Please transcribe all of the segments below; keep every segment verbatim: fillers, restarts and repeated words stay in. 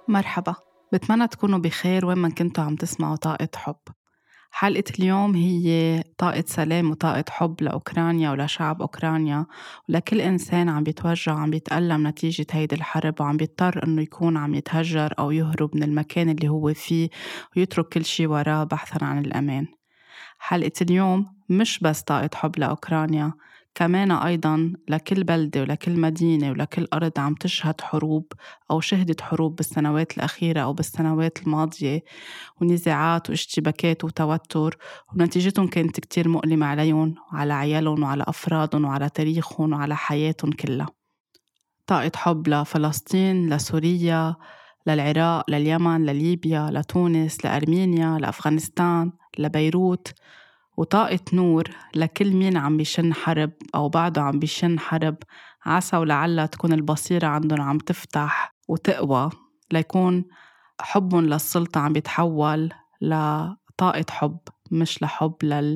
مرحبا، بتمنى تكونوا بخير وين ما كنتوا عم تسمعوا طاقة حب. حلقة اليوم هي طاقة سلام وطاقة حب لأوكرانيا ولشعب أوكرانيا ولكل إنسان عم بيتوجع وعم بيتألم نتيجة هيدي الحرب وعم بيضطر إنه يكون عم يتهجر أو يهرب من المكان اللي هو فيه ويترك كل شي وراه بحثاً عن الأمان. حلقة اليوم مش بس طاقة حب لأوكرانيا، كمان أيضاً لكل بلدة ولكل مدينة ولكل أرض عم تشهد حروب أو شهدت حروب بالسنوات الأخيرة أو بالسنوات الماضية، ونزاعات واشتباكات وتوتر، ونتيجتهم كانت كتير مؤلمة عليهم وعلى عيالهم وعلى أفرادهم وعلى تاريخهم وعلى حياتهم كلها. طاقة حب لفلسطين، لسوريا، للعراق، لليمن، لليبيا، لتونس، لأرمينيا، لأفغانستان، لبيروت، وطاقة نور لكل مين عم بيشن حرب أو بعده عم بيشن حرب. عسى ولعل تكون البصيرة عندهم عم تفتح وتقوى ليكون حبهم للسلطة عم بيتحول لطاقة حب، مش لحب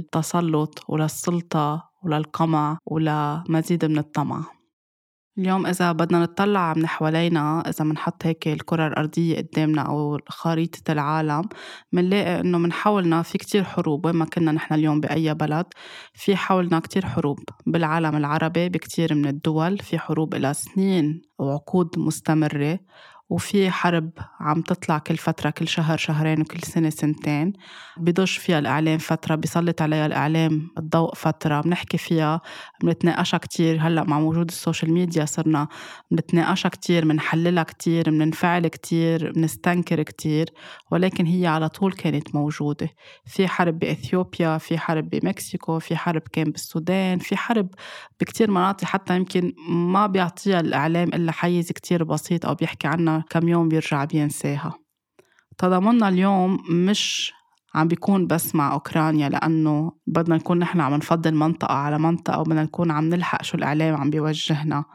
للتسلط وللسلطة وللقمع ولمزيد من الطمع. اليوم إذا بدنا نطلع من حوالينا، إذا منحط هيك الكرة الأرضية قدامنا أو خريطة العالم، منلاقي إنه من حولنا في كتير حروب. وين ما كنا نحن اليوم بأي بلد في حولنا كتير حروب. بالعالم العربي بكتير من الدول في حروب إلى سنين وعقود مستمرة، وفي حرب عم تطلع كل فترة، كل شهر شهرين وكل سنة سنتين، بيضج فيها الإعلام فترة، بيسلط عليها الإعلام الضوء فترة، بنحكي فيها، بنتناقشها كتير. هلأ مع وجود السوشيال ميديا صرنا بنتناقشها كتير، بنحللها كتير، بننفعل كتير، بنستنكر كتير، ولكن هي على طول كانت موجودة. في حرب بإثيوبيا، في حرب بمكسيكو، في حرب كان بالسودان، في حرب بكتير مناطق حتى يمكن ما بيعطيها الإعلام إلا حيز كتير بسيط أو بيحكي عنها كم يوم بيرجع بينساها. تضامننا اليوم مش عم بيكون بس مع أوكرانيا لأنه بدنا نكون نحن عم نفضل منطقة على منطقة وبدنا نكون عم نلحق شو الإعلام عم بيوجهنا.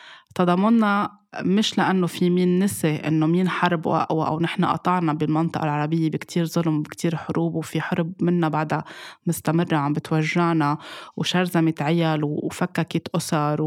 تضامننا مش لأنه في مين نسي إنه مين حرب وأقوى أو نحن قطعنا بالمنطقة العربية بكتير ظلم وبكتير حروب، وفي حرب منا بعدها مستمرة عم بتوجعنا وشرزمت عيال وفككت أسر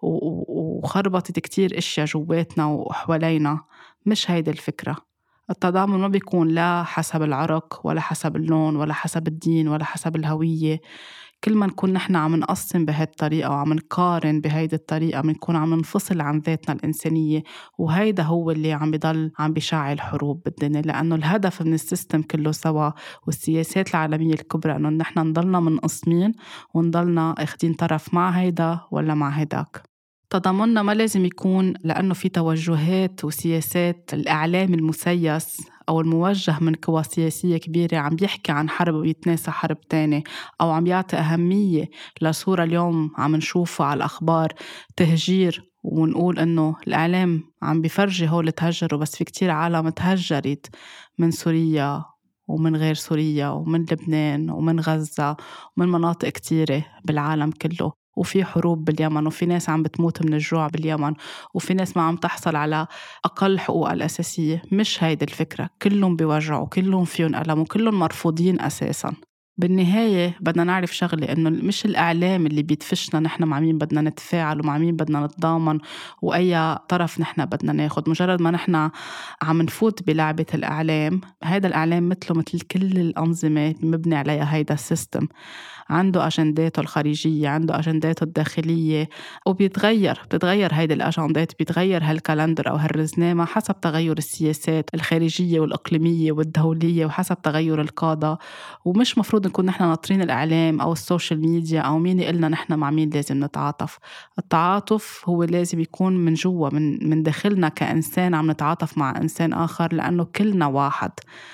وخربطت كتير إشياء جواتنا وحوالينا. مش هيدا الفكرة. التضامن ما بيكون لا حسب العرق ولا حسب اللون ولا حسب الدين ولا حسب الهوية. كل ما نكون نحن عم نقسم بهذه الطريقة وعم نقارن بهيدي الطريقة بنكون عم ننفصل عن ذاتنا الإنسانية، وهيدا هو اللي عم بيضل عم بيشعل حروب بالدنيا. لأنه الهدف من السيستم كله سوا والسياسات العالمية الكبرى أنه نحن نضلنا منقسمين ونضلنا اخدين طرف مع هيدا ولا مع هيداك. تضامننا ما لازم يكون لأنه في توجهات وسياسات الإعلام المسيس أو الموجه من قوى سياسية كبيرة عم بيحكي عن حرب ويتناسى حرب تاني، أو عم يعطي أهمية لصورة اليوم عم نشوفها على الأخبار تهجير، ونقول إنه الإعلام عم بيفرجي هول تهجروا، بس في كتير عالم تهجرت من سوريا ومن غير سوريا ومن لبنان ومن غزة ومن مناطق كتيرة بالعالم كله. وفي حروب باليمن، وفي ناس عم بتموت من الجوع باليمن، وفي ناس ما عم تحصل على أقل حقوق الأساسية. مش هيدا الفكرة. كلهم بيوجعوا، كلهم فيهم ألم، وكلهم مرفوضين أساساً. بالنهاية بدنا نعرف شغلة، إنه مش الإعلام اللي بيدفشنا نحن مع مين بدنا نتفاعل ومع مين بدنا نتضامن وأي طرف نحن بدنا ناخد. مجرد ما نحن عم نفوت بلعبة الإعلام، هيدا الإعلام مثله مثل كل الأنظمة مبني عليها هيدا السيستم، عنده أجنداته الخارجية، عنده أجنداته الداخلية، وبيتغير بتتغير هيدا الأجندات، بيتغير هالكالندر أو هالرزنامة حسب تغير السياسات الخارجية والإقليمية والدولية وحسب تغير القادة. ومش مفروض نكون نحن ناطرين الإعلام أو السوشيال ميديا أو مين يقلنا نحن مع مين لازم نتعاطف. التعاطف هو لازم يكون من جوا، من من داخلنا كإنسان عم نتعاطف مع إنسان آخر، لأنه كلنا واحد.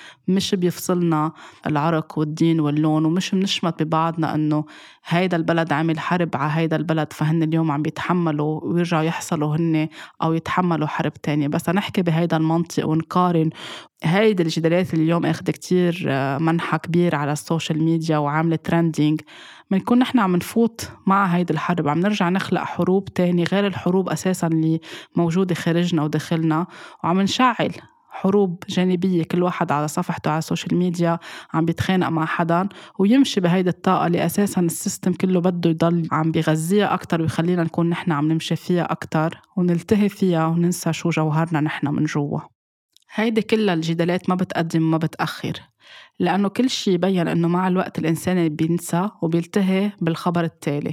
مش بيفصلنا العرق والدين واللون، ومش بنشمت ببعضنا أنه هيدا البلد عامل حرب على هيدا البلد فهن اليوم عم بيتحملوا ويرجعوا يحصلوا هن أو يتحملوا حرب تانية. بس نحكي بهيدا المنطق ونقارن. هيدا الجدالات اللي اليوم أخذ كتير منحى كبير على السوشيال ميديا وعاملة ترندينج، منكون نحن عم نفوت مع هيدا الحرب، عم نرجع نخلق حروب تاني غير الحروب أساساً اللي موجودة خارجنا وداخلنا، وعم نشعل حروب جانبية. كل واحد على صفحته على السوشيال ميديا عم بيتخانق مع حدا ويمشي بهيدا الطاقة اللي أساساً السيستم كله بده يضل عم بيغذيها أكتر ويخلينا نكون نحن عم نمشي فيها أكتر ونلتهي فيها وننسى شو جوهرنا نحن من جوا. هيدي كلها الجدالات ما بتقدم وما بتأخر، لأنه كل شي يبين أنه مع الوقت الإنسان بينسى وبيلتهي بالخبر التالي.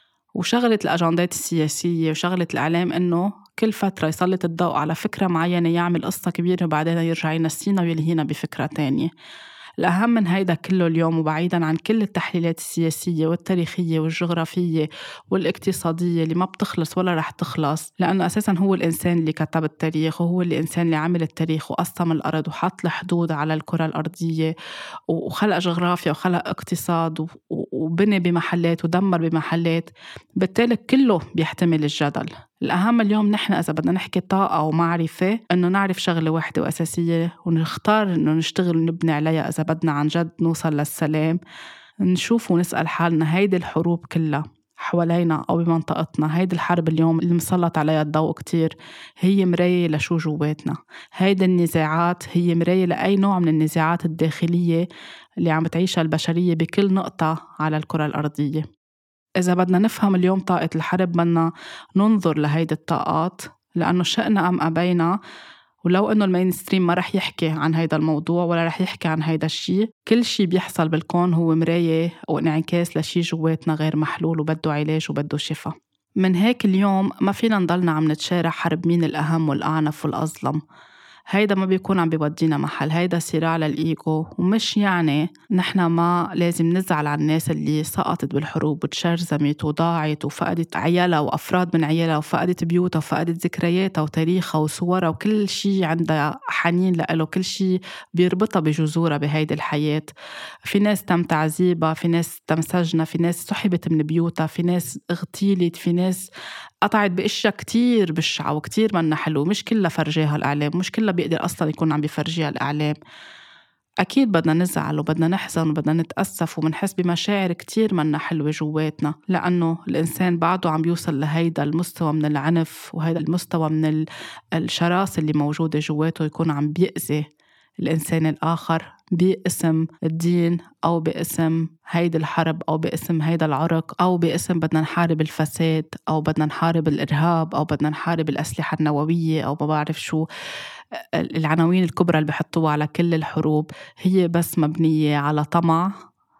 وشغلة الأجندات السياسية وشغلة الإعلام أنه كل فترة يسلط الضوء على فكرة معينة، يعمل قصة كبيرة وبعدين يرجع ينسينا ويلهينا بفكرة تانية. الأهم من هيدا كله اليوم، وبعيداً عن كل التحليلات السياسية والتاريخية والجغرافية والاقتصادية اللي ما بتخلص ولا رح تخلص، لأنه أساساً هو الإنسان اللي كتب التاريخ، وهو الإنسان اللي عمل التاريخ وقسم الأرض وحط الحدود على الكرة الأرضية وخلق جغرافيا وخلق اقتصاد وبني بمحلات ودمر بمحلات، بالتالي كله بيحتمل الجدل. الأهم اليوم نحن إذا بدنا نحكي طاقة ومعرفة، إنه نعرف شغلة واحدة وأساسية ونختار إنه نشتغل ونبني عليها إذا بدنا عن جد نوصل للسلام. نشوف ونسأل حالنا، هيدي الحروب كلها حوالينا أو بمنطقتنا، هيدي الحرب اليوم اللي مسلط عليها الضوء كتير، هي مراية لشو جواتنا. هيدي النزاعات هي مراية لأي نوع من النزاعات الداخلية اللي عم بتعيشها البشرية بكل نقطة على الكرة الأرضية. إذا بدنا نفهم اليوم طاقة الحرب، بدنا ننظر لهيدي الطاقات، لأنه شئنا أم أبينا، ولو أنه المينستريم ما رح يحكي عن هيدا الموضوع ولا رح يحكي عن هيدا الشيء، كل شيء بيحصل بالكون هو مراية أو انعكاس لشي جواتنا غير محلول وبده علاج وبده شفاء. من هيك اليوم ما فينا نضلنا عم نتشارع حرب مين الأهم والأعنف والأظلم. هيدا ما بيكون عم بيودينا محل، هيدا صراع للإيجو. ومش يعني نحن ما لازم نزعل على الناس اللي سقطت بالحروب وتشرزمت وضاعت وفقدت عيالها وأفراد من عيالها وفقدت بيوتها وفقدت ذكرياتها وتاريخها وصورها وكل شيء عندها حنين لأله، كل شيء بيربطها بجذورها بهيدي الحياة. في ناس تم تعذيبها، في ناس تم سجنها، في ناس سحبت من بيوتها، في ناس اغتيلت، في ناس قطعت بأشياء كتير بشعة وكتير منا حلو. مش كلها فرجيها الإعلام، مش كلها بيقدر أصلا يكون عم بيفرجيها الإعلام. أكيد بدنا نزعل وبدنا نحزن وبدنا نتأسف ومنحس بمشاعر كتير منا حلوة جواتنا، لأنه الإنسان بعده عم بيوصل لهيدا المستوى من العنف وهيدا المستوى من الشراسة اللي موجودة جواته، يكون عم بيأذي الإنسان الآخر باسم الدين أو باسم هيدا الحرب أو باسم هيدا العرق أو باسم بدنا نحارب الفساد أو بدنا نحارب الإرهاب أو بدنا نحارب الأسلحة النووية أو ما بعرف شو. العناوين الكبرى اللي بحطوها على كل الحروب هي بس مبنية على طمع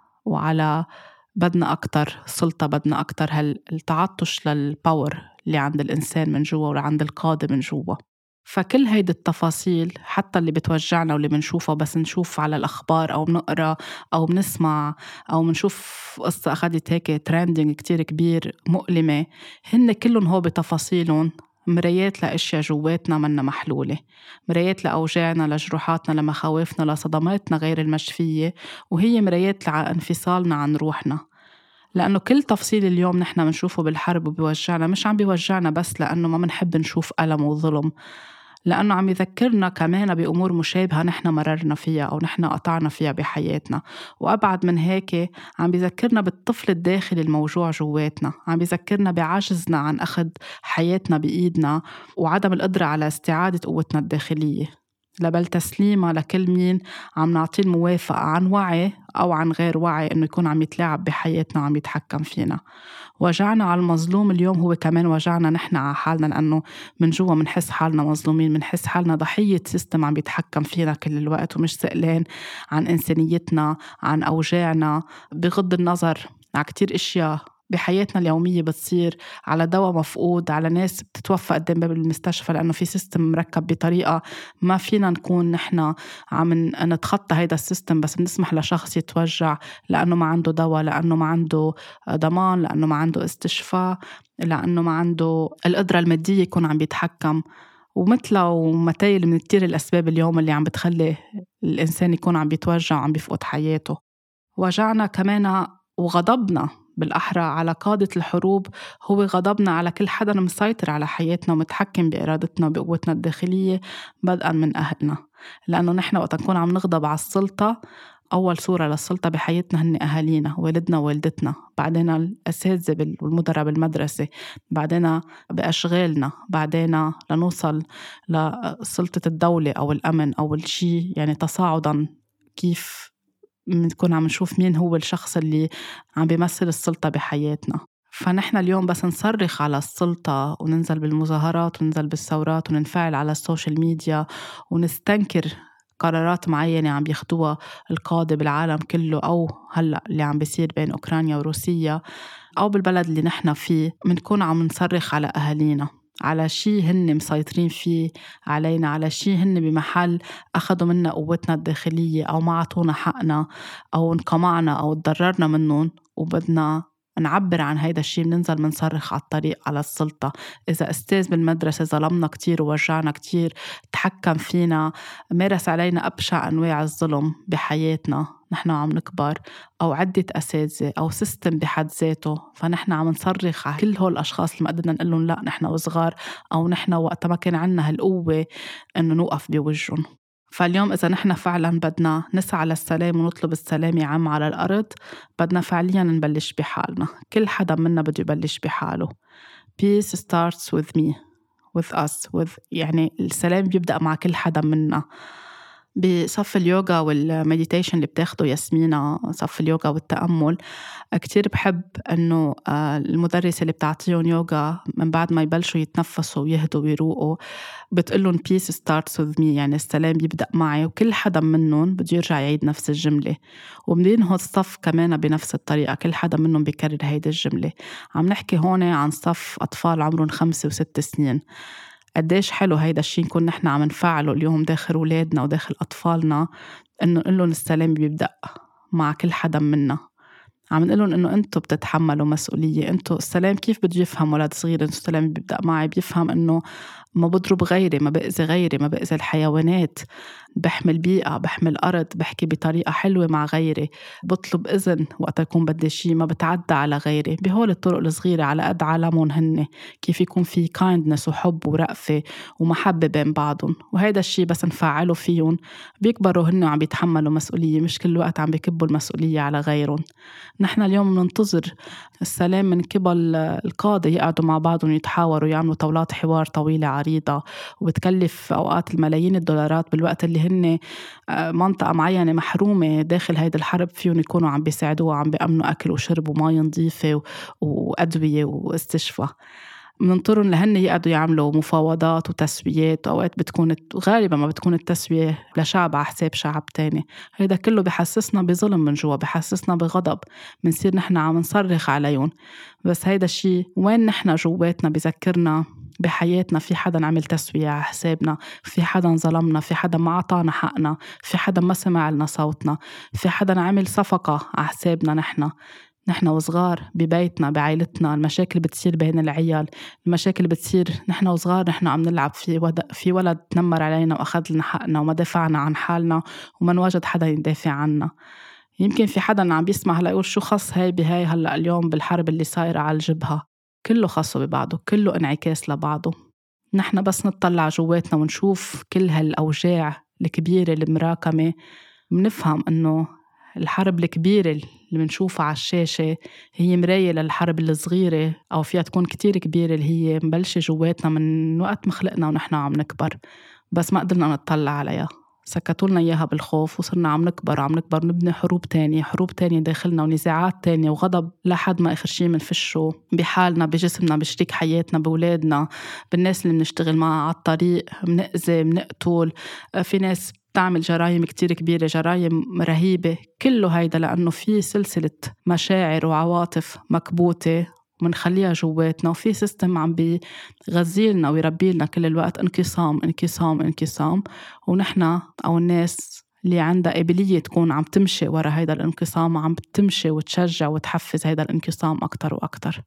وعلى بدنا أكتر سلطة، بدنا أكتر هالتعطش للباور اللي عند الإنسان من جوا وعند القادة من جوا. فكل هيدي التفاصيل حتى اللي بتوجعنا واللي بنشوفها بس نشوف على الأخبار أو بنقرأ أو بنسمع أو بنشوف قصة أخذت هيك ترندينج كتير كبير مؤلمة، هن كلهم هو بتفاصيلهم مرايات لأشياء جواتنا منا محلولة، مرايات لأوجاعنا لجروحاتنا لمخاوفنا لصدماتنا غير المشفية، وهي مرايات لانفصالنا عن روحنا. لأنه كل تفصيل اليوم نحن منشوفه بالحرب وبيوجعنا، مش عم بيوجعنا بس لأنه ما منحب نشوف ألم وظلم، لأنه عم يذكرنا كمان بأمور مشابهة نحن مررنا فيها أو نحن قطعنا فيها بحياتنا. وأبعد من هيك عم بيذكرنا بالطفل الداخلي الموجوع جواتنا، عم بيذكرنا بعجزنا عن أخذ حياتنا بإيدنا وعدم القدرة على استعادة قوتنا الداخلية، لبل تسليمة لكل مين عم نعطيه الموافقة عن وعي أو عن غير وعي إنه يكون عم يتلاعب بحياتنا وعم يتحكم فينا. وجعنا على المظلوم اليوم هو كمان وجعنا نحن على حالنا، لأنه من جوا منحس حالنا مظلومين، منحس حالنا ضحية سيستم عم بيتحكم فينا كل الوقت ومش سئلان عن إنسانيتنا، عن أوجاعنا، بغض النظر عن كتير إشياء بحياتنا اليومية بتصير، على دواء مفقود، على ناس بتتوفى قدام باب المستشفى لأنه في سيستم مركب بطريقة ما فينا نكون نحن عم نتخطى هيدا السيستم، بس بنسمح لشخص يتوجع لأنه ما عنده دواء، لأنه ما عنده ضمان، لأنه ما عنده استشفاء، لأنه ما عنده القدرة المادية يكون عم بيتحكم. ومثله ومتايل من كتير الأسباب اليوم اللي عم بتخلي الإنسان يكون عم بيتوجع وعم بيفقد حياته. وجعنا كمان وغضبنا بالأحرى على قادة الحروب هو غضبنا على كل حدا مسيطر على حياتنا ومتحكم بإرادتنا وبقوتنا الداخلية، بدءا من أهلنا. لأنه نحن وقت نكون عم نغضب على السلطة، أول صورة للسلطة بحياتنا هن أهالينا، والدنا ووالدتنا، بعدين الأساتذة والمدراء بالمدرسة، بعدين بأشغالنا، بعدين لنوصل لسلطة الدولة أو الأمن أو الشي، يعني تصاعدا كيف بنكون عم نشوف مين هو الشخص اللي عم بيمثل السلطة بحياتنا. فنحن اليوم بس نصرخ على السلطة وننزل بالمظاهرات وننزل بالثورات وننفعل على السوشيال ميديا ونستنكر قرارات معينة عم بياخدوها القادة بالعالم كله، أو هلأ اللي عم بيصير بين أوكرانيا وروسيا، أو بالبلد اللي نحن فيه، منكون عم نصرخ على أهالينا، على شي هن مسيطرين فيه علينا، على شي هن بمحل أخذوا منا قوتنا الداخلية أو ما عطونا حقنا أو انقمعنا أو تضررنا منهم، وبدنا نعبر عن هيدا الشي. بننزل منصرخ على الطريق على السلطة. إذا أستاذ بالمدرسة ظلمنا كتير ووجعنا كتير، تحكم فينا، مارس علينا أبشع أنواع الظلم بحياتنا نحن عم نكبر، أو عدة أساتذة أو سيستم بحد ذاته، فنحن عم نصرخ على كل هول الأشخاص اللي ما قدرنا نقول لهم لا نحن وصغار، أو نحن وقت ما كان عنا هالقوة إنه نوقف بوجهن. فاليوم إذا نحن فعلا بدنا نسعى للسلام ونطلب السلام يعم على الأرض، بدنا فعليا نبلش بحالنا. كل حدا منا بده يبلش بحاله. Peace starts with me, with us, with يعني السلام بيبدأ مع كل حدا منا. بصف اليوغا والمديتيشن اللي بتاخده ياسمينة، صف اليوغا والتأمل، كتير بحب أنه المدرسة اللي بتعطيهم يوغا من بعد ما يبلشوا يتنفسوا ويهدوا ويروقوا بتقلن peace starts with me، يعني السلام بيبدأ معي، وكل حدا منهم بده يرجع يعيد نفس الجملة. وبننهض الصف كمان بنفس الطريقة، كل حدا منهم بيكرر هيدا الجملة. عم نحكي هون عن صف أطفال عمرهم خمسة وست سنين. قديش حلو هيدا الشيء نكون نحن عم نفعله اليوم داخل أولادنا وداخل أطفالنا، إنه نقولن السلام بيبدأ مع كل حدا منا. عم نقولن إنه أنتوا بتتحملوا مسؤولية. أنتوا السلام كيف بده يفهم ولد صغير إنه السلام بيبدأ معي؟ بيفهم إنه ما بضرب غيري، ما بأذي غيري، ما بأذي الحيوانات، بحمل بيئة، بحمل أرض، بحكي بطريقة حلوة مع غيري، بطلب إذن وقت يكون بدي شيء، ما بتعدى على غيري. بهول الطرق الصغيرة على قد عالمهم هن، كيف يكون في kindness وحب ورأفة ومحبة بين بعضهم. وهيدا الشيء بس نفعله فيهم بيكبروا هن عم بيتحملوا مسؤولية، مش كل وقت عم بيكبوا المسؤولية على غيرهم. نحن اليوم ننتظر السلام من قبل القادة يقعدوا مع بعضهم يتحاوروا، يعملوا طاولات حوار طويلة عريضة وبتكلف أوقات الملايين الدولارات، بالوقت اللي هن منطقة معينة محرومة داخل هيدا الحرب فيهم يكونوا عم بيساعدوها، عم بيأمنوا أكل وشرب وماء نظيفة وأدوية واستشفاء. مننطرهم لهن يقعدوا يعملوا مفاوضات وتسويات، وأوقات بتكون غالبا ما بتكون التسوية لشعب على حساب شعب تاني. هيدا كله بحسسنا بظلم من جوا، بحسسنا بغضب، منصير نحن عم نصرخ عليهم. بس هيدا الشيء وين نحن جواتنا بذكرنا بحياتنا في حدا عمل تسوية على حسابنا، في حدا ظلمنا، في حدا ما عطانا حقنا، في حدا ما سمع لنا صوتنا، في حدا عمل صفقة على حسابنا. نحن نحن وصغار ببيتنا بعائلتنا المشاكل بتصير بين العيال، المشاكل بتصير نحن وصغار، نحن عم نلعب في ود... في ولد تنمر علينا وأخذ لنا حقنا وما دافعنا عن حالنا وما نوجد حدا يدافع عنا. يمكن في حدا عم بيسمع هلا يقول شو خص هاي بهاي هلا اليوم بالحرب اللي صايرة على الجبهة؟ كله خاصه ببعضه، كله انعكاس لبعضه. نحن بس نطلع جواتنا ونشوف كل هالأوجاع الكبيرة المراكمة، بنفهم إنه الحرب الكبيرة اللي بنشوفها على الشاشة هي مراية للحرب الصغيرة، أو فيها تكون كتير كبيرة، اللي هي مبلشة جواتنا من وقت مخلقنا ونحن عم نكبر، بس ما قدرنا نطلع عليها. سكتولنا إياها بالخوف وصرنا عم نكبر عم نكبر نبني حروب تانية حروب تانية داخلنا ونزاعات تانية وغضب، لحد ما آخر شي منفشه بحالنا، بجسمنا، بشريك حياتنا، بولادنا، بالناس اللي بنشتغل معها على الطريق، منأذي، منقتل. في ناس بتعمل جرائم كتير كبيرة، جرائم رهيبة. كله هيدا لأنه في سلسلة مشاعر وعواطف مكبوتة ومنخليها جواتنا، وفي سيستم عم بيغذيلنا ويربيلنا كل الوقت انقسام انقسام انقسام، ونحن أو الناس اللي عندها قابلية تكون عم تمشي ورا هيدا الانقسام، عم بتمشي وتشجع وتحفز هيدا الانقسام أكتر وأكتر.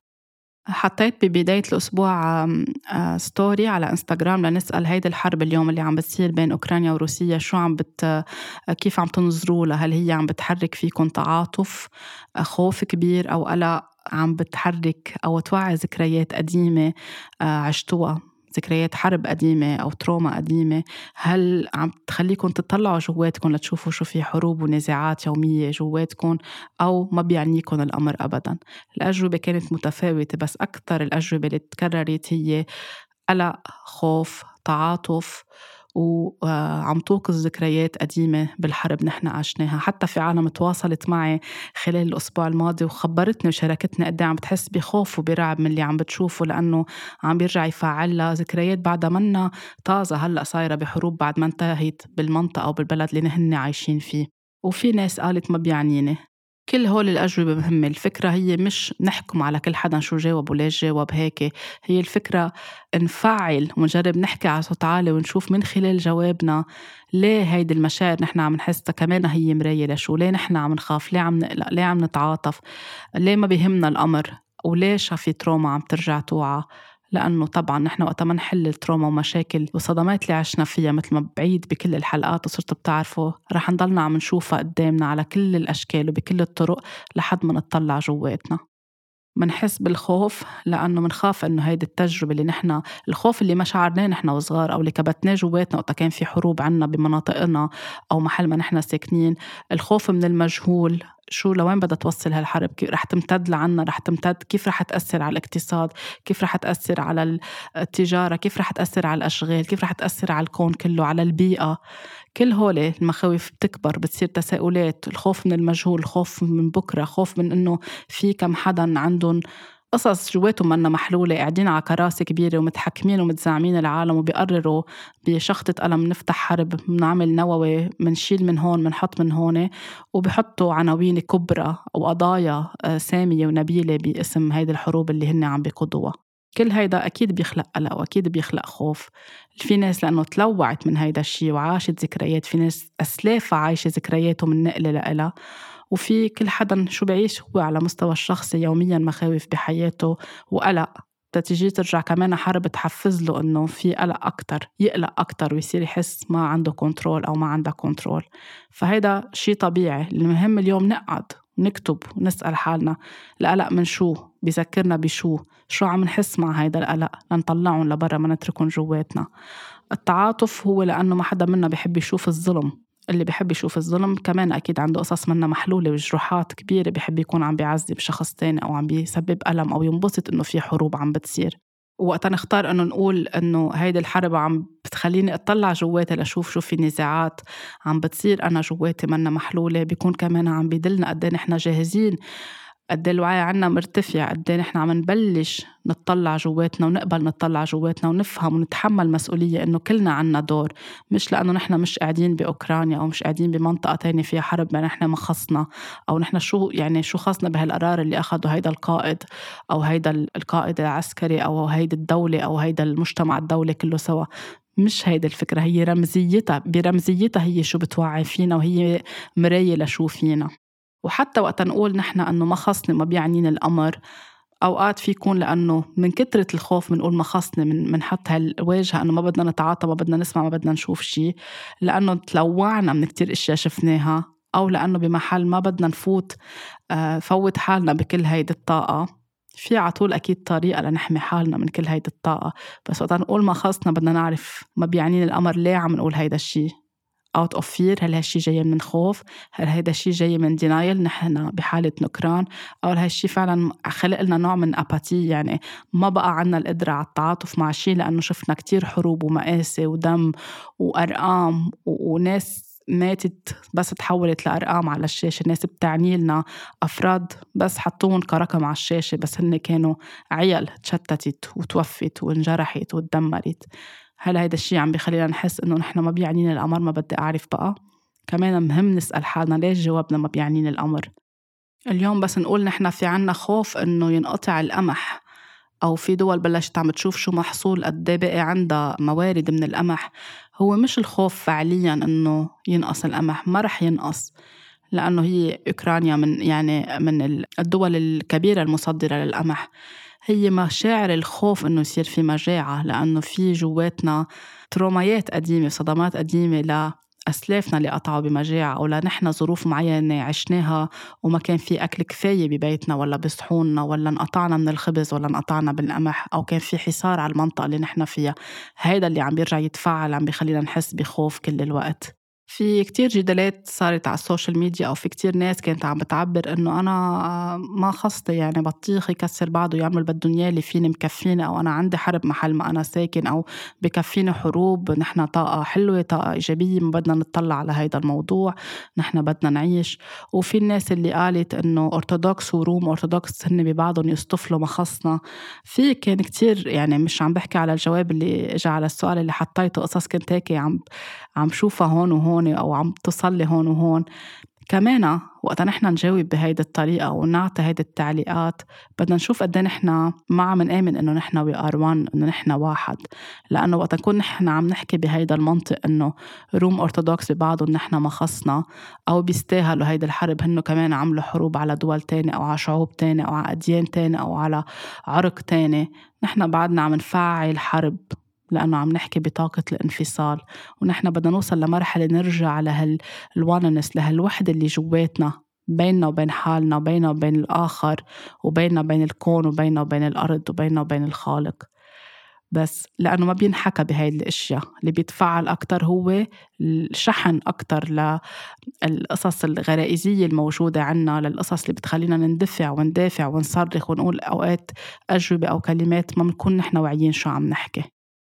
حطيت ببداية الأسبوع ستوري على إنستغرام لنسأل هيدا الحرب اليوم اللي عم بتصير بين أوكرانيا وروسيا شو عم بت كيف عم تنظروا لها؟ هل هي عم بتحرك فيكم تعاطف، خوف كبير، أو قلق، عم بتحرك أو توعي ذكريات قديمة عشتوها، ذكريات حرب قديمة أو تروما قديمة؟ هل عم تخليكم تطلعوا جواتكم لتشوفوا شو في حروب ونزاعات يومية جواتكم، أو ما بيعنيكم الأمر أبدا؟ الأجوبة كانت متفاوتة، بس أكثر الأجوبة اللي تكررت هي قلق، خوف، تعاطف، وعم توقظ ذكريات قديمة بالحرب نحن عشناها. حتى في عالم تواصلت معي خلال الأسبوع الماضي وخبرتني وشاركتني قد عم بتحس بخوف وبرعب من اللي عم بتشوفه، لأنه عم بيرجع يفعل لها ذكريات بعدها منا طازة، هلأ صايرة بحروب بعد ما انتهت بالمنطقة أو بالبلد اللي نحن عايشين فيه. وفي ناس قالت ما بيعنيني. كل هول الأجوبة مهمة. الفكرة هي مش نحكم على كل حدا شو جاوب وليش جاوب هيك، هي الفكرة نفعل ونجرب نحكي على صوت عالي ونشوف من خلال جوابنا ليه هيدي المشاعر نحن عم نحسها كمان هي مراية لشو، ليه نحن عم نخاف، ليه عم نقلق، ليه عم نتعاطف، ليه ما بيهمنا الأمر، وليش في تروما عم ترجع توعى. لأنه طبعاً نحن وقت ما نحل التروما ومشاكل وصدمات اللي عشنا فيها مثل ما بعيد بكل الحلقات وصرت بتعرفوا، رح نضلنا عم نشوفها قدامنا على كل الأشكال وبكل الطرق لحد ما نطلع جواتنا. منحس بالخوف لأنه منخاف إنه هيدي التجربة اللي نحن، الخوف اللي ما شعرناه نحن وصغار أو اللي كبتناه جواتنا وقت كان في حروب عنا بمناطقنا أو محل ما نحن ساكنين، الخوف من المجهول. شو لوين بدها توصل هالحرب، رح تمتد لعنا، رح تمتد، كيف رح تأثر على الاقتصاد، كيف رح تأثر على التجارة، كيف رح تأثر على الأشغال، كيف رح تأثر على الكون كله، على البيئة. كل هولي المخاوف بتكبر، بتصير تساؤلات، الخوف من المجهول، الخوف من بكرة، خوف من إنه في كم حدا عندهم قصص جواتهم منا محلولة، قاعدين على كراسي كبيرة ومتحكمين ومتزعمين العالم وبيقرروا بشخطة قلم نفتح حرب، منعمل نووي، منشيل من هون، منحط من هون، وبيحطوا عناوين كبرى وقضايا سامية ونبيلة باسم هيدي الحروب اللي هن عم بيقضوها. كل هيدا أكيد بيخلق قلق وأكيد بيخلق خوف. في ناس لأنه تلوعت من هيدا الشي وعاشت ذكريات، في ناس أسلافها عايشة ذكرياته من نقلة لقلة، وفي كل حدا شو بعيش هو على مستوى الشخصي يوميا مخاوف بحياته وقلق. تتيجي ترجع كمان حرب تحفز له إنه في قلق أكتر، يقلق أكتر ويصير يحس ما عنده كنترول أو ما عنده كنترول. فهيدا شي طبيعي. المهم اليوم نقعد نكتب ونسأل حالنا القلق من شو، بيذكرنا بشو، شو عم نحس مع هيدا القلق لنطلعهم لبرا ما نتركهم جواتنا. التعاطف هو لأنه ما حدا منا بيحب يشوف الظلم. اللي بيحب يشوف الظلم كمان أكيد عنده قصص منا محلولة وجروحات كبيرة، بيحب يكون عم بيعذب شخص تاني أو عم بيسبب ألم أو ينبسط إنه في حروب عم بتصير. وقتا نختار إنه نقول إنه هيدي الحرب عم بتخليني أطلع جواتي لأشوف شو في نزاعات عم بتصير أنا جواتي منا محلولة، بيكون كمان عم بيدلنا قد ايه نحن جاهزين، قد ايه الوعي عنا مرتفع، قد ايه نحن عم نبلش نطلع جواتنا ونقبل نطلع جواتنا ونفهم ونتحمل مسؤولية إنه كلنا عنا دور، مش لأنه نحن مش قاعدين بأوكرانيا أو مش قاعدين بمنطقة تانية فيها حرب ما نحن ما خصنا، أو نحن شو يعني شو خصنا بهالقرار اللي أخده هيدا القائد أو هيدا القائد العسكري أو هيدا الدولة أو هيدا المجتمع الدولي كله سوا. مش هيدا الفكرة، هي رمزيتها، برمزيتها هي شو بتوعي فينا وهي مراية لشو فينا. وحتى وقت نقول نحن أنه ما خصني ما بيعنين الأمر، أوقات في يكون لأنه من كترة الخوف منقول ما خصني، من منحط هالواجهة أنه ما بدنا نتعاطى، ما بدنا نسمع، ما بدنا نشوف شي، لأنه تلوعنا من كتير إشياء شفناها، أو لأنه بمحل ما بدنا نفوت فوت حالنا بكل هيدي الطاقة. في عطول أكيد طريقة لنحمي حالنا من كل هيدي الطاقة، بس وقت نقول ما خصنا بدنا نعرف ما بيعنين الأمر ليه عم نقول هيدا الشي. out of fear، هل هالشي جاي من خوف، هل هيدا الشي جاي من denial نحن بحالة نكران، أو هالشي فعلا خلق لنا نوع من أباتي، يعني ما بقى عنا القدرة على التعاطف مع شي لأنه شفنا كتير حروب ومآسي ودم وأرقام وناس ماتت بس تحولت لأرقام على الشاشة، الناس بتعني لنا أفراد بس حطوهم كرقم على الشاشة بس هن كانوا عيال تشتتت وتوفت وانجرحت وتدمرت. هل هيدا الشيء عم بيخلينا نحس إنه نحن ما بيعنينا الأمر؟ ما بدي أعرف بقى. كمان مهم نسأل حالنا ليش جوابنا ما بيعنينا الأمر. اليوم بس نقول نحن في عنا خوف إنه ينقطع القمح، أو في دول بلشت عم تشوف شو محصول قد بقى عندها موارد من القمح، هو مش الخوف فعليا إنه ينقص القمح، ما رح ينقص لأنه هي أوكرانيا من يعني من الدول الكبيرة المصدرة للقمح. هي مشاعر الخوف إنه يصير في مجاعة، لأنه في جواتنا ترومايات قديمة، صدمات قديمة لأسلافنا اللي قطعوا بمجاعة، أو لنحن ظروف معينة عشناها وما كان في أكل كفاية ببيتنا ولا بصحوننا، ولا انقطعنا من الخبز ولا انقطعنا بالقمح، أو كان في حصار على المنطقة اللي نحن فيها. هيدا اللي عم بيرجع يتفاعل، عم بيخلينا نحس بخوف كل الوقت. في كتير جدالات صارت على السوشيال ميديا، أو في كتير ناس كانت عم بتعبر إنه أنا ما خصتي، يعني بطيخ يكسر بعضه يعمل بدهم إياه اللي فيني مكفيني، أو أنا عندي حرب محل ما أنا ساكن، أو بكفيني حروب، نحن طاقة حلوة طاقة إيجابية ما بدنا نطلع على هيدا الموضوع، نحن بدنا نعيش. وفي الناس اللي قالت إنه أرثوذكس وروم أرثوذكس هن ببعضهم يصطفلوا مخصنا. في كان كتير، يعني مش عم بحكي على الجواب اللي إجا على السؤال اللي حطيته، قصص كنت هيك عم عم شوفها هون وهون أو عم تصلي هون وهون. كمان وقتا نحن نجاوب بهيدي الطريقة ونعطي هيدي التعليقات، بدنا نشوف قد ايه نحن ما عم نآمن إنه نحن we are one، إنه نحن واحد. لأنه وقتا نكون نحن عم نحكي بهيدا المنطق إنه روم أرثوذكس ببعضهم نحن ما خصنا، أو بيستاهلوا هيدا الحرب، هنو كمان عملوا حروب على دول تاني أو على شعوب تاني أو على أديان تاني أو على عرق تاني، نحن بعدنا عم نفعل حرب لأنه عم نحكي بطاقة الانفصال. ونحن بدنا نوصل لمرحلة نرجع لهالواننس، لهالوحدة اللي جواتنا بيننا وبين حالنا، وبيننا وبين الآخر، وبيننا وبين الكون، وبيننا وبين الأرض، وبيننا وبين الخالق. بس لأنه ما بينحكى بهاي الاشياء، اللي بيتفعل أكتر هو الشحن أكتر للقصص الغرائزية الموجودة عنا، للقصص اللي بتخلينا نندفع وندافع ونصرخ ونقول أوقات أجوبة أو كلمات ما بنكون نحن واعيين شو عم نحكي.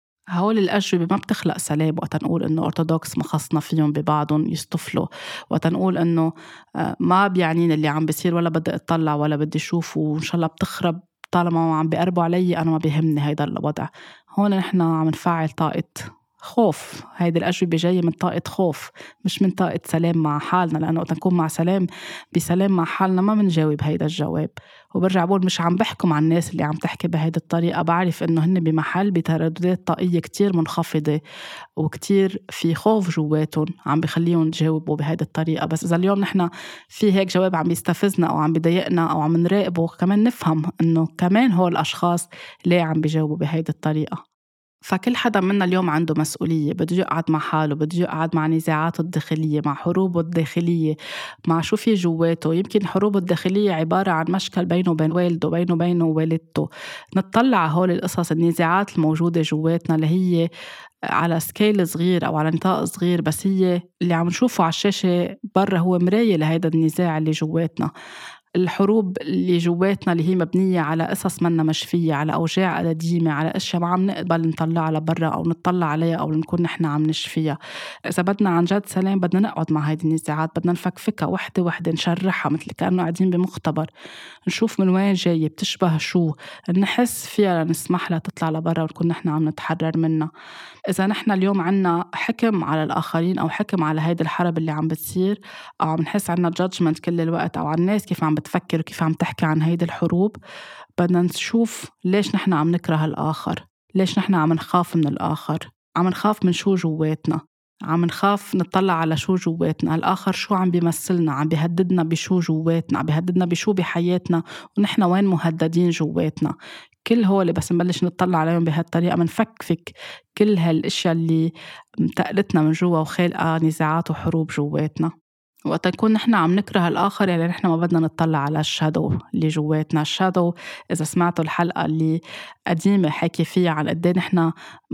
هول الأجوبة ما بتخلق سلام. وقتا نقول إنه أرثوذكس ما خصنا فيهم ببعضهم يصطفلوا، وقتا نقول إنه ما بيعنين اللي عم بيصير ولا بدي أطلع ولا بدي أشوف، وإن شاء الله بتخرب طالما عم بيقربوا علي أنا ما بيهمني هيدا الوضع. هون نحن عم نفعل طاقة خوف. هيدي الأجوبة جاية من طاقة خوف، مش من طاقة سلام مع حالنا، لأنه وقت نكون مع سلام بسلام مع حالنا ما منجاوب هيدا الجواب. وبرجع بقول مش عم بحكم عن الناس اللي عم تحكي بهيدي الطريقة، بعرف إنه هن بمحل بترددات طاقية كتير منخفضة وكتير في خوف جواتهم عم بخليهم تجاوبوا بهيدي الطريقة. بس إذا اليوم نحن في هيك جواب عم بيستفزنا أو عم بيضايقنا أو عم نراقبه، كمان نفهم إنه كمان هول الأشخاص ليه عم بيجاوبوا بهيدي الطريقة. فكل حدا منا اليوم عنده مسؤولية، بده يقعد مع حاله، بده يقعد مع نزاعاته الداخلية، مع حروبه الداخلية، مع شو في جواته. يمكن حروبه الداخلية عبارة عن مشكل بينه وبين والده، بينه وبينه ووالدته. نطلع على هول القصص، النزاعات الموجودة جواتنا اللي هي على سكيل صغير أو على نطاق صغير، بس هي اللي عم نشوفه على الشاشة برا هو مراية لهيدا النزاع اللي جواتنا. الحروب اللي جواتنا اللي هي مبنية على قصص منا مشفية، على أوجاع قديمة، على أشياء ما عم نقبل نطلعها لبرا أو نطلع عليها أو نكون نحن عم نشفيها. إذا بدنا عن جد سلام بدنا نقعد مع هيدي النزاعات، بدنا نفكفكها وحدة وحدة، نشرحها مثل كأنه قاعدين بمختبر، نشوف من وين جاية، بتشبه شو، نحس فيها لنسمح لها تطلع لبرا ونكون نحن عم نتحرر منها. إذا نحن اليوم عنا حكم على الآخرين أو حكم على هيدي الحرب اللي عم بتصير، أو عم نحس عنا judgment كل الوقت، أو عن الناس كيف عم بتفكر وكيف عم تحكي عن هيدي الحروب، بدنا نشوف ليش نحن عم نكره الآخر، ليش نحن عم نخاف من الآخر، عم نخاف من شو جواتنا، عم نخاف نطلع على شو جواتنا، الآخر شو عم بيمثلنا، عم بيهددنا بشو جواتنا، عم بيهددنا بشو بحياتنا، ونحن وين مهددين جواتنا. كل هول بس نبلش نطلع عليهم بهالطريقة منفكفك كل هالاشياء اللي متقلتنا من جوا وخالقة نزاعات وحروب جواتنا. وقت نكون نحن عم نكره الآخر يعني نحن ما بدنا نطلع على الشادو اللي جواتنا. الشادو إذا سمعتوا الحلقة اللي قديمة حكي فيها عن قد ايه نحن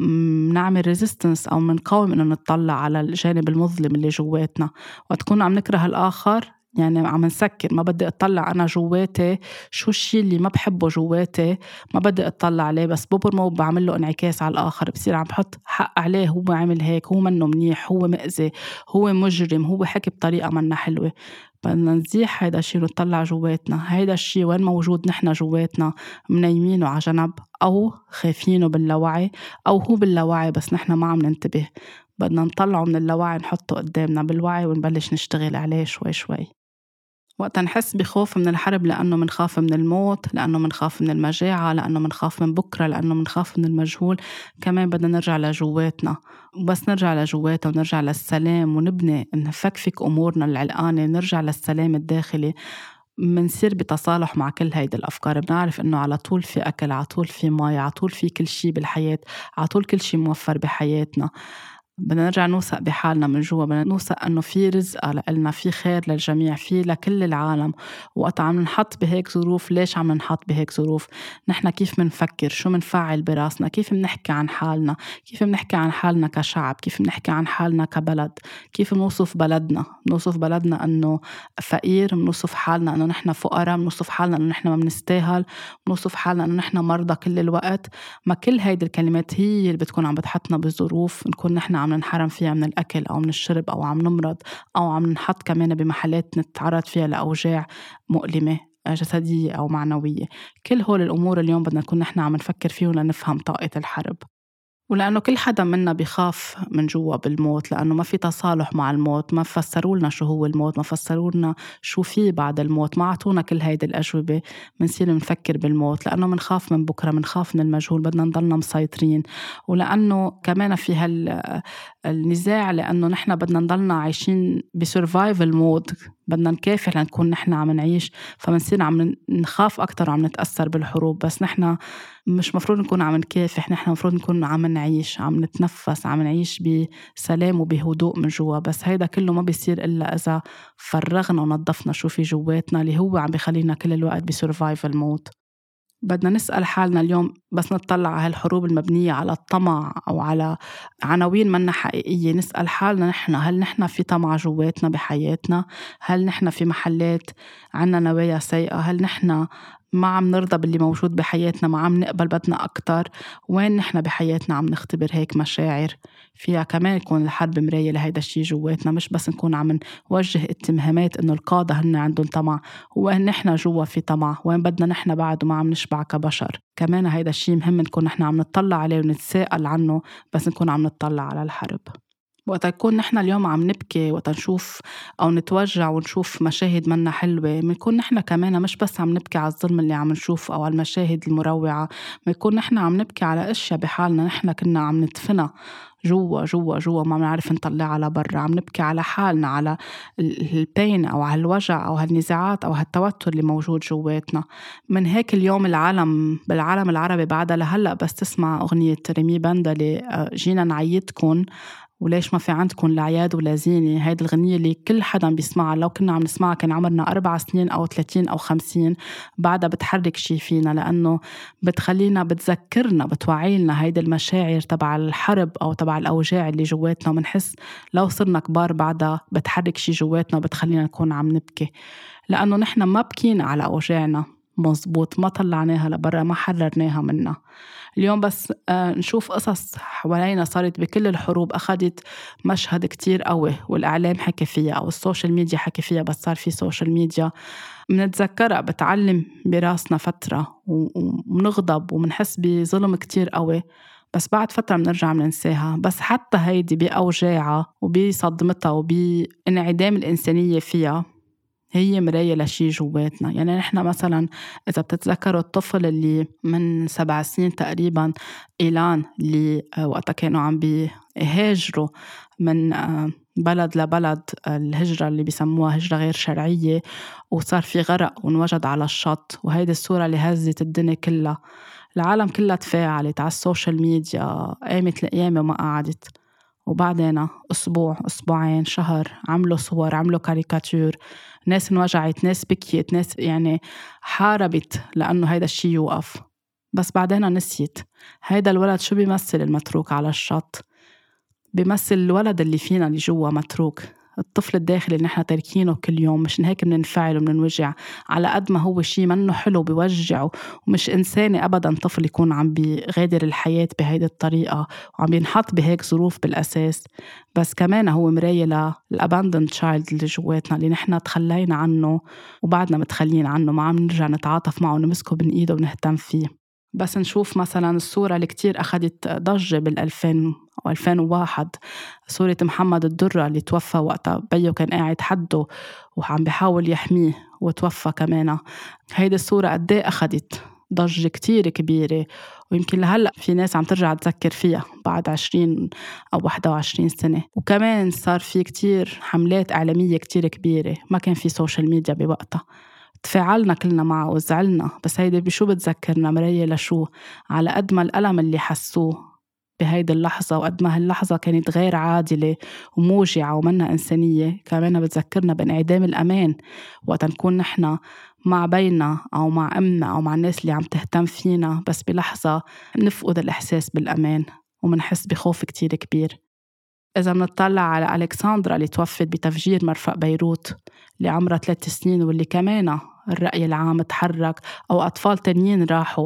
نعمل ريزيستنس أو منقاوم إنه نطلع على الجانب المظلم اللي جواتنا. وقت نكون عم نكره الآخر يعني عم نسكر، ما بدي أطلع أنا جواتي شو الشي اللي ما بحبه جواتي، ما بدي أطلع عليه، بس ببرمه بعمل له انعكاس على الآخر، بصير عم بحط حق عليه، هو عمل هيك، هو منه منيح، هو مأذي، هو مجرم، هو حكي بطريقة منا حلوة. بدنا نزيح هيدا الشي ونطلع جواتنا هيدا الشي وين موجود نحن جواتنا، منيمينه على جنب أو خايفينه باللاوعي أو هو باللاوعي بس نحن ما عم ننتبه. بدنا نطلعه من اللاوعي نحطه قدامنا بالوعي ونبلش نشتغل عليه شوي شوي. وقت نحس بخوف من الحرب لأنه منخاف من الموت، لأنه منخاف من المجاعة، لأنه منخاف من بكرة، لأنه منخاف من المجهول، كمان بدنا نرجع لجواتنا. وبس نرجع لجواتنا ونرجع للسلام ونبني نفكفك أمورنا العلقانة، نرجع للسلام الداخلي، منصير بتصالح مع كل هيدا الأفكار. بنعرف إنه على طول في أكل، على طول في ماء، على طول في كل شي بالحياة، على طول كل شي موفر بحياتنا. بدنا نرجع نوثق بحالنا من جوا، بدنا نوثق أنه في رزق لنا، في خير للجميع، في لكل العالم. وقت عم نحط بهيك ظروف، ليش عم نحط بهيك ظروف؟ نحن كيف منفكر، شو منفعل براسنا، كيف منحكي عن حالنا، كيف منحكي عن حالنا كشعب، كيف منحكي عن حالنا كبلد، كيف منوصف بلدنا. منوصف بلدنا أنه فقير، منوصف حالنا أنه نحن فقراء، منوصف حالنا أنه نحن ما منستاهل، منوصف حالنا أنه نحن مرضى كل الوقت. ما كل هيدي الكلمات هي اللي بتكون عم بتحطنا بظروف نكون نحن عم ننحرم فيها من الأكل أو من الشرب أو عم نمرض أو عم نحط كمان بمحلات نتعرض فيها لأوجاع مؤلمة جسدية أو معنوية. كل هول الأمور اليوم بدنا نكون نحن عم نفكر فيه لنفهم طاقة الحرب. ولأنه كل حدا منا بيخاف من جوا بالموت، لأنه ما في تصالح مع الموت، ما فسروا لنا شو هو الموت، ما فسروا لنا شو فيه بعد الموت، ما عطونا كل هيدي الأجوبة. منصير نفكر بالموت لأنه منخاف من بكرة، منخاف من المجهول، بدنا نضلنا مسيطرين. ولأنه كمان في هالنزاع، لأنه نحن بدنا نضلنا عايشين بسورفايفل مود، بدنا نكافح لنكون نحن عم نعيش، فمنصير عم نخاف أكتر وعم نتأثر بالحروب. بس نحن مش مفروض نكون عم نكافح، نحن مفروض نكون عم نعيش، عم نتنفس، عم نعيش بسلام وبهدوء من جوا. بس هيدا كله ما بيصير إلا إذا فرغنا ونظفنا شو في جواتنا اللي هو عم بيخلينا كل الوقت بسورفايفل مود. بدنا نسأل حالنا اليوم، بس نطلع على هالحروب المبنية على الطمع أو على عناوين منا حقيقية، نسأل حالنا نحن، هل نحن في طمع جواتنا بحياتنا؟ هل نحن في محلات عنا نوايا سيئة؟ هل نحن ما عم نرضى باللي موجود بحياتنا، ما عم نقبل، بدنا أكتر؟ وين نحن بحياتنا عم نختبر هيك مشاعر؟ فيها كمان يكون الحرب مراية لهيدا الشي جواتنا، مش بس نكون عم نوجه اتهامات إنه القادة هن عندهم طمع. وين نحن جوا في طمع؟ وين بدنا نحن بعد وما عم نشبع كبشر؟ كمان هيدا الشي مهم نكون نحن عم نطلع عليه ونتساءل عنه، بس نكون عم نطلع على الحرب. وقت يكون نحن اليوم عم نبكي، وقت نشوف أو نتوجع ونشوف مشاهد منا حلوة، منكون نحن كمان مش بس عم نبكي على الظلم اللي عم نشوف أو على المشاهد المروعة، منكون نحن عم نبكي على أشياء بحالنا نحن كنا عم ندفنها جوا جوا جوا، ما بنعرف نطلع على برا. عم نبكي على حالنا، على البين أو على الوجع أو هالنزاعات أو هالتوتر اللي موجود جواتنا. من هيك اليوم العالم بالعالم العربي بعدها لهلأ بس تسمع أغنية ريمي بندلة جينا نعيدكن وليش ما في عندكم العياد ولا زينة. هيدي الغنية اللي كل حدا بيسمعها، لو كنا عم نسمعها كان عمرنا أربع سنين أو ثلاثين أو خمسين، بعدها بتحرك شي فينا، لأنه بتخلينا، بتذكرنا، بتوعيلنا هيدي المشاعر تبع الحرب أو تبع الأوجاع اللي جواتنا. ومنحس لو صرنا كبار بعدها بتحرك شي جواتنا وبتخلينا نكون عم نبكي، لأنه نحن ما بكينا على أوجاعنا مزبوط، ما طلعناها لبرا، ما حررناها منها. اليوم بس نشوف قصص حوالينا صارت بكل الحروب أخذت مشهد كتير قوي، والإعلام حكي فيها أو السوشيال ميديا حكي فيها، بس صار في سوشيال ميديا منتذكرها، بتعلم براسنا فترة ومنغضب ومنحس بظلم كتير قوي، بس بعد فترة منرجع مننساها. بس حتى هيدي بأوجاعها وبصدمتها وبانعدام الإنسانية فيها هي مراية لشي جواتنا. يعني نحن مثلا إذا بتتذكروا الطفل اللي من سبع سنين تقريبا، إيلان، اللي وقتها كانوا عم بيهاجروا من بلد لبلد، الهجرة اللي بيسموها هجرة غير شرعية، وصار في غرق ونوجد على الشط، وهيدي الصورة اللي هزت الدنيا كلها. العالم كلها تفاعلت على السوشيال ميديا، قامت القيامة وما قعدت. وبعدين أسبوع، أسبوعين، شهر، عملوا صور، عملوا كاريكاتير، ناس انوجعت، ناس بكيت، ناس يعني حاربت لأنه هيدا الشي يوقف. بس بعدين نسيت هيدا الولد شو بيمثل. المتروك على الشط بيمثل الولد اللي فينا اللي جوا متروك، الطفل الداخلي اللي نحن تاركينه كل يوم. مش هيك مننفعل ومننوجع على قد ما هو شي منه حلو بيوجعه، ومش إنساني أبدا طفل يكون عم بيغادر الحياة بهيدي الطريقة وعم ينحط بهيك ظروف بالأساس. بس كمان هو مراية للأباندن تشايلد اللي جواتنا، اللي نحن تخلينا عنه وبعدنا متخلين عنه، ما عم نرجع نتعاطف معه ونمسكه بين إيده ونهتم فيه. بس نشوف مثلا الصورة اللي كتير أخذت ضجة بالألفين أو ألفين وواحد، صورة محمد الدرة اللي توفى وقتها بيه كان قاعد حده وعم بيحاول يحميه وتوفى كمان. هيدي الصورة قديه أخذت ضجة كتير كبيرة، ويمكن لهلأ في ناس عم ترجع تذكر فيها بعد عشرين أو واحد وعشرين سنة. وكمان صار في كتير حملات إعلامية كتير كبيرة، ما كان في سوشيال ميديا بوقتها، تفاعلنا كلنا معه وزعلنا. بس هيدا بشو بتذكرنا؟ مراية لشو؟ على قد ما الألم اللي حسوه بهيدي اللحظة، وقد ما هاللحظة كانت غير عادلة وموجعة ومنها إنسانية، كمان بتذكرنا بانعدام الأمان وقت نكون نحنا مع بينا أو مع أمنا أو مع الناس اللي عم تهتم فينا، بس بلحظة نفقد الإحساس بالأمان ومنحس بخوف كتير كبير. إذا منطلع على ألكسندرا اللي توفت بتفجير مرفأ بيروت اللي عمرها ثلاث سنين، واللي كمان الرأي العام تحرك، أو أطفال تانيين راحوا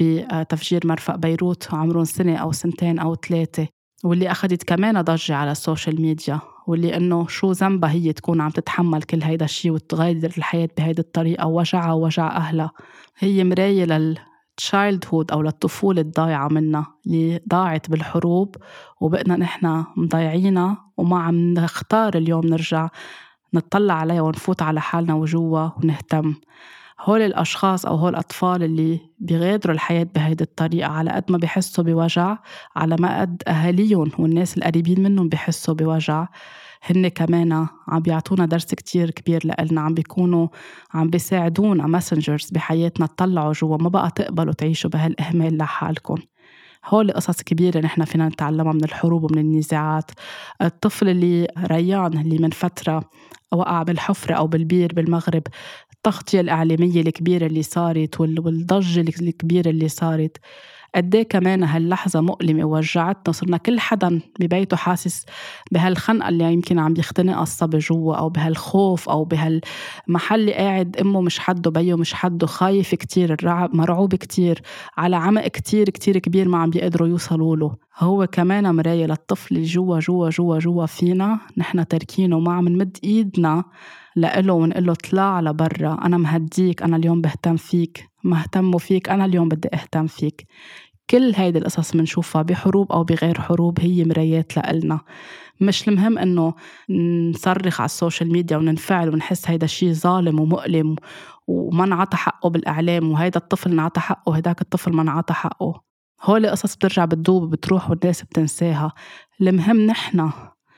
بتفجير مرفأ بيروت عمرهم سنة أو سنتين أو ثلاثة، واللي أخذت كمان ضجة على السوشيال ميديا، واللي إنه شو ذنبها هي تكون عم تتحمل كل هيدا الشي وتغير الحياة بهيدي الطريقة، ووجعها ووجع أهلها. هي مراية لل childhood أو للطفولة الضايعة منا اللي ضاعت بالحروب، وبقنا نحنا مضيعينا وما عم نختار اليوم نرجع نطلع عليها ونفوت على حالنا وجوا ونهتم. هول الأشخاص أو هول الأطفال اللي بيغادروا الحياة بهيدي الطريقة، على قد ما بيحسوا بوجع، على ما قد أهاليهم والناس القريبين منهم بيحسوا بوجع. هن كمان عم بيعطونا درس كتير كبير لإلنا، عم بيكونوا عم بيساعدونا ماسنجرز بحياتنا تطلعوا جوا، ما بقى تقبلوا تعيشوا بهالإهمال لحالكم. هول قصص كبيرة نحن فينا نتعلمها من الحروب ومن النزاعات. الطفل اللي ريان اللي من فترة وقع بالحفرة أو بالبير بالمغرب، التغطية الإعلامية الكبيرة اللي صارت والضجة الكبيرة اللي صارت، قديه كمان هاللحظة مؤلمة ووجعتنا. صرنا كل حدا ببيته حاسس بهالخنقة اللي يمكن عم يختنقها الصبي جوا، أو بهالخوف، أو بهالمحل قاعد أمه مش حده بيه مش حده، خايف كتير، الرعب مرعوب كتير، على عمق كتير كتير كبير ما عم بيقدروا يوصلوا له. هو كمان مراية للطفل اللي جوا جوا جوا جوا فينا، نحنا تركينه وما عم نمد إيدنا لإله ونقول له طلع لبرا، أنا مهديك، أنا اليوم بهتم فيك، مهتم فيك، أنا اليوم بدي أهتم فيك. كل هيدي القصص منشوفها بحروب أو بغير حروب هي مرايات لإلنا. مش المهم إنه نصرخ على السوشيال ميديا وننفعل ونحس هيدا الشيء ظالم ومؤلم وما نعطى حقه بالإعلام، وهيدا الطفل نعطى حقه وهداك الطفل ما نعطى حقه. هول قصص بترجع بتدوب وبتروح والناس بتنساها. المهم نحنا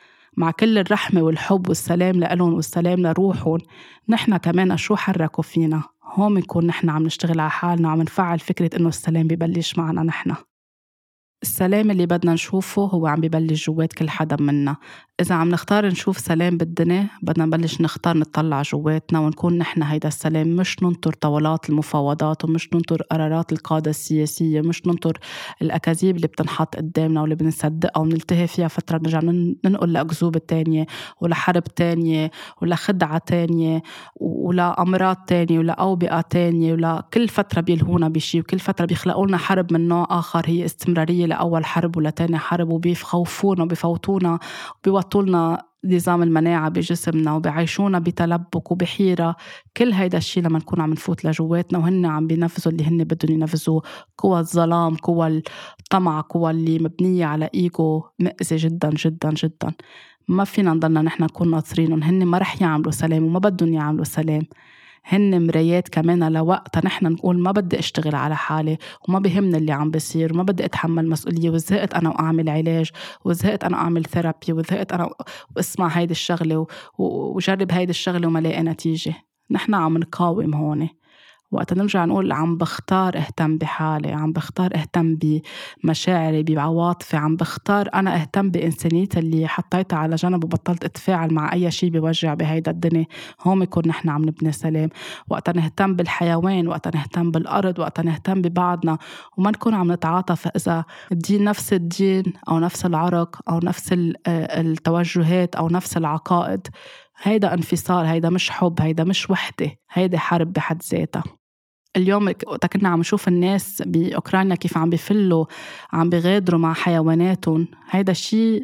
مع كل الرحمة والحب والسلام لألون والسلام لروحهم، نحنا كمان شو حركوا فينا، هون نكون نحنا عم نشتغل على حالنا وعم نفعل فكرة إنه السلام بيبلش معنا نحنا. السلام اللي بدنا نشوفه هو عم ببلش جوات كل حدا منا. إذا عم نختار نشوف سلام بالدنيا، بدنا نبلش نختار نطلع جواتنا ونكون نحنا هيدا السلام، مش ننطر طاولات المفاوضات، ومش ننطر قرارات القادة السياسية، مش ننطر الأكاذيب اللي بتنحط قدامنا واللي بنصدقها ونلتهي فيها فترة نرجع ننقل لأكذوبة تانية ولا حرب تانية ولا خدعة تانية ولا أمراض تانية ولا أوبئة تانية، ولا كل فترة بيلهونا بشي، وكل فترة بيخلقوا لنا حرب من نوع آخر هي استمرارية لأول حرب ولا تاني حرب، وبيخوفونا وبيفوتونا وبيوطولنا نظام المناعة بجسمنا وبيعيشونا بتلبك وبحيرة. كل هيدا الشيء لما نكون عم نفوت لجواتنا وهن عم بينفذوا اللي هن بدهم ينفذوه، قوى الظلام، قوى الطمع، قوى اللي مبنية على إيجو مأذي جدا جدا جدا. ما فينا نضلنا نحن نكون ناطرينهم، هن ما رح يعملوا سلام وما بدهم يعملوا سلام. هن مرايات كمان لوقتها نحن نقول ما بدي اشتغل على حالي وما بهمني اللي عم بيصير وما بدي اتحمل مسؤولية، وزهقت انا واعمل علاج، وزهقت انا اعمل ثيرابي، وزهقت انا واسمع هيدي الشغلة وجرب هيدي الشغلة وما لاقي نتيجة. نحن عم نقاوم هون. وقت نرجع نقول عم بختار اهتم بحالي، عم بختار اهتم بمشاعري بعواطفي، عم بختار انا اهتم بانسانيتي اللي حطيتها على جنب وبطلت اتفاعل مع اي شيء بيوجع بهيدا الدنيا، هون يكون نحن عم نبني سلام. وقت نهتم بالحيوان، وقت نهتم بالارض، وقت نهتم ببعضنا وما نكون عم نتعاطف اذا الدين نفس الدين او نفس العرق او نفس التوجهات او نفس العقائد، هيدا انفصال، هيدا مش حب، هيدا مش وحدة، هيدا حرب بحد ذاتها. اليوم كنا عم نشوف الناس بأوكرانيا كيف عم بيفلوا، عم بيغادروا مع حيواناتهم، هيدا الشيء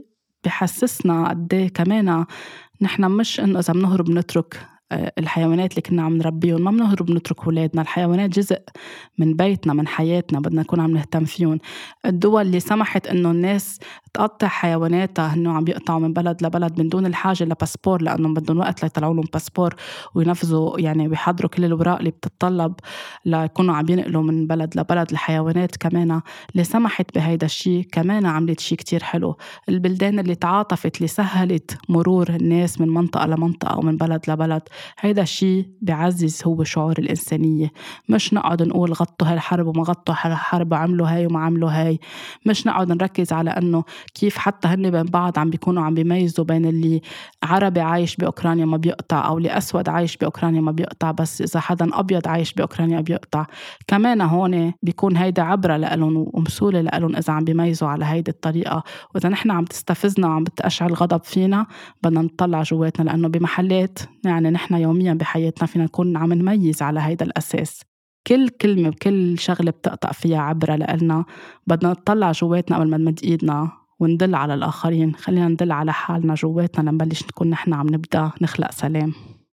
بحسسنا قديه كمان نحن مش إنه إذا بنهرب نترك الحيوانات اللي كنا عم نربيهم، ما بنهرب نترك أولادنا، الحيوانات جزء من بيتنا من حياتنا، بدنا نكون عم نهتم فيهم. الدول اللي سمحت إنه الناس تقطع حيواناتها إنه عم بيقطعوا من بلد لبلد من دون الحاجة لباسبور، لأنهم بدهم وقت ليطلعوا لهم باسبور وينفذوا يعني ويحضروا كل الأوراق اللي بتتطلب ليكونوا عم ينقلوا من بلد لبلد. الحيوانات كمان اللي سمحت بهيدا الشيء كمان عملت شيء كتير حلو. البلدان اللي تعاطفت اللي سهلت مرور الناس من منطقة لمنطقة ومن بلد لبلد، هيدا الشيء بعزز هو شعور الإنسانية. مش نقعد نقول غطوا هالحرب وما غطوا هالحرب وعملوا هاي وما عملوا هاي. مش نقعد نركز على أنه كيف حتى هن بين بعض عم بيكونوا عم بيميزوا بين اللي عربي عايش بأوكرانيا ما بيقطع أو اللي أسود عايش بأوكرانيا ما بيقطع، بس إذا حدا أبيض عايش بأوكرانيا بيقطع. كمان هون بيكون هيدا عبرة لألون ومسؤولة لألون إذا عم بيميزوا على هيدا الطريقة. وإذا نحن عم تستفزنا وعم بتأشعل غضب فينا بدنا نطلع جواتنا، لأنه بمحلات يعني نحن يوميا بحياتنا فينا نكون عم نميز على هيدا الأساس. كل كلمة وكل شغلة بتقطع فيها عبرة لألنا. بدنا نطلع جواتنا قبل ما نمد إيدنا وندل على الآخرين. خلينا ندل على حالنا جواتنا لنبلش نكون نحن عم نبدأ نخلق سلام.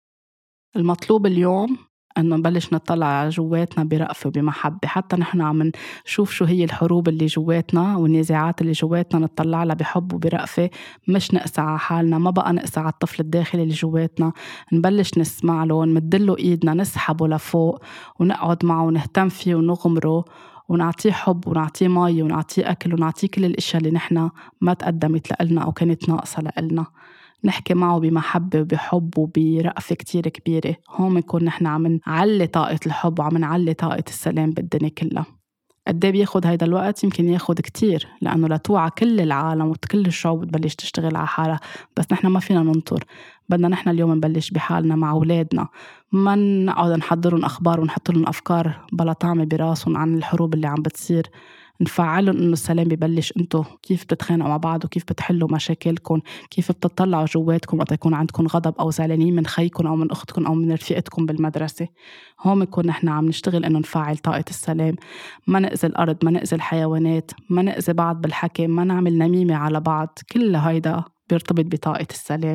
المطلوب اليوم أنه نبلش نطلع على جواتنا برأفة وبمحبة. حتى نحن عم نشوف شو هي الحروب اللي جواتنا والنزاعات اللي جواتنا نطلع لها بحب وبرأفة، مش نقسى على حالنا. ما بقى نقسى على الطفل الداخلي اللي جواتنا، نبلش نسمع له ونمدله إيدنا نسحبه لفوق ونقعد معه ونهتم فيه ونغمره ونعطيه حب ونعطيه مي ونعطيه أكل ونعطيه كل الأشياء اللي نحن ما تقدمت لنا أو كانت ناقصة لنا. نحكي معه بمحبة وبحب وبرأفة كتير كبيرة. هون نكون نحن عم نعلي طاقة الحب وعم نعلي طاقة السلام بالدنيا كلها. قديه بياخد هيدا الوقت؟ يمكن ياخد كتير، لأنه لتوعى كل العالم وكل الشعوب تبلش تشتغل على حالها. بس نحن ما فينا ننطر، بدنا نحن اليوم نبلش بحالنا مع أولادنا. ما نقعد نحضرهم أخبار ونحط لهم أفكار بلا طعم براسهم عن الحروب اللي عم بتصير. نفعلهم إنه السلام ببلش أنتو كيف بتتخانقوا مع بعض وكيف بتحلوا مشاكلكم، كيف بتطلعوا جواتكم وقت يكون عندكم غضب أو زعلانين من خيكم أو من أختكم أو من رفيقتكم بالمدرسة. هون بنكون نحن عم نشتغل إنه نفعل طاقة السلام. ما نأذي الأرض، ما نأذي الحيوانات، ما نأذي بعض بالحكي، ما نعمل نميمة على بعض. كل هيدا بيرتبط بطاقة السلام.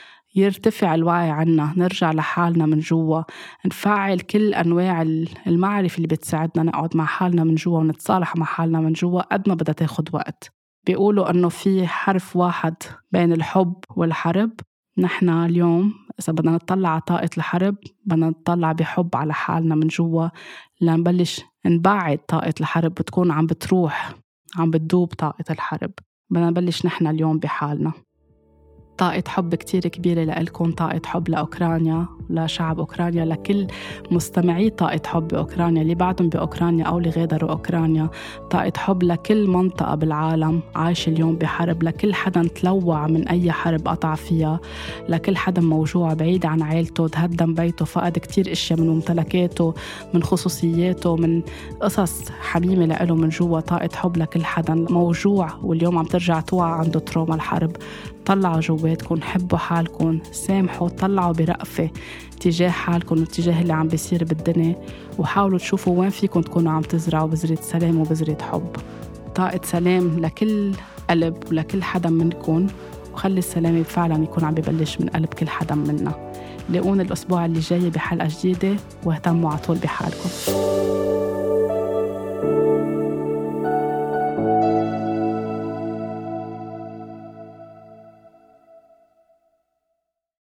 يرتفع الوعي عنا، نرجع لحالنا من جوا، نفعل كل أنواع المعرفة اللي بتساعدنا نقعد مع حالنا من جوا ونتصالح مع حالنا من جوا قد ما بدها تاخد وقت. بيقولوا أنه في حرف واحد بين الحب والحرب. نحن اليوم إذا بدنا نطلع على طاقة الحرب بدنا نطلع بحب على حالنا من جوا لنبلش نبعد طاقة الحرب وتكون عم بتروح عم بتدوب طاقة الحرب. بدنا نبلش نحن اليوم بحالنا. طاقة حب كتير كبيرة لألكم، طاقة حب لأوكرانيا، لشعب أوكرانيا، لكل مستمعي طاقة حب بأوكرانيا اللي بعدهم بأوكرانيا أو اللي غادروا أوكرانيا. طاقة حب لكل منطقة بالعالم عايش اليوم بحرب، لكل حدا تلوع من أي حرب قطع فيها، لكل حدا موجوع بعيد عن عائلته، تهدم بيته، فقد كتير إشياء من ممتلكاته، من خصوصياته، من قصص حميمة لإله من جوا. طاقة حب لكل حدا موجوع واليوم عم ترجع توعى عنده تروما الحرب. طلعوا جواتكم، حبوا حالكم، سامحوا، طلعوا برأفة تجاه حالكم وتجاه اللي عم بيصير بالدنيا، وحاولوا تشوفوا وين فيكم تكونوا عم تزرعوا بذرة سلام وبذرة حب. طاقة سلام لكل قلب ولكل حدا منكم، وخلي السلام فعلا يكون عم ببلش من قلب كل حدا منا. لاقونا الأسبوع اللي جاي بحلقة جديدة، واهتموا على طول بحالكم.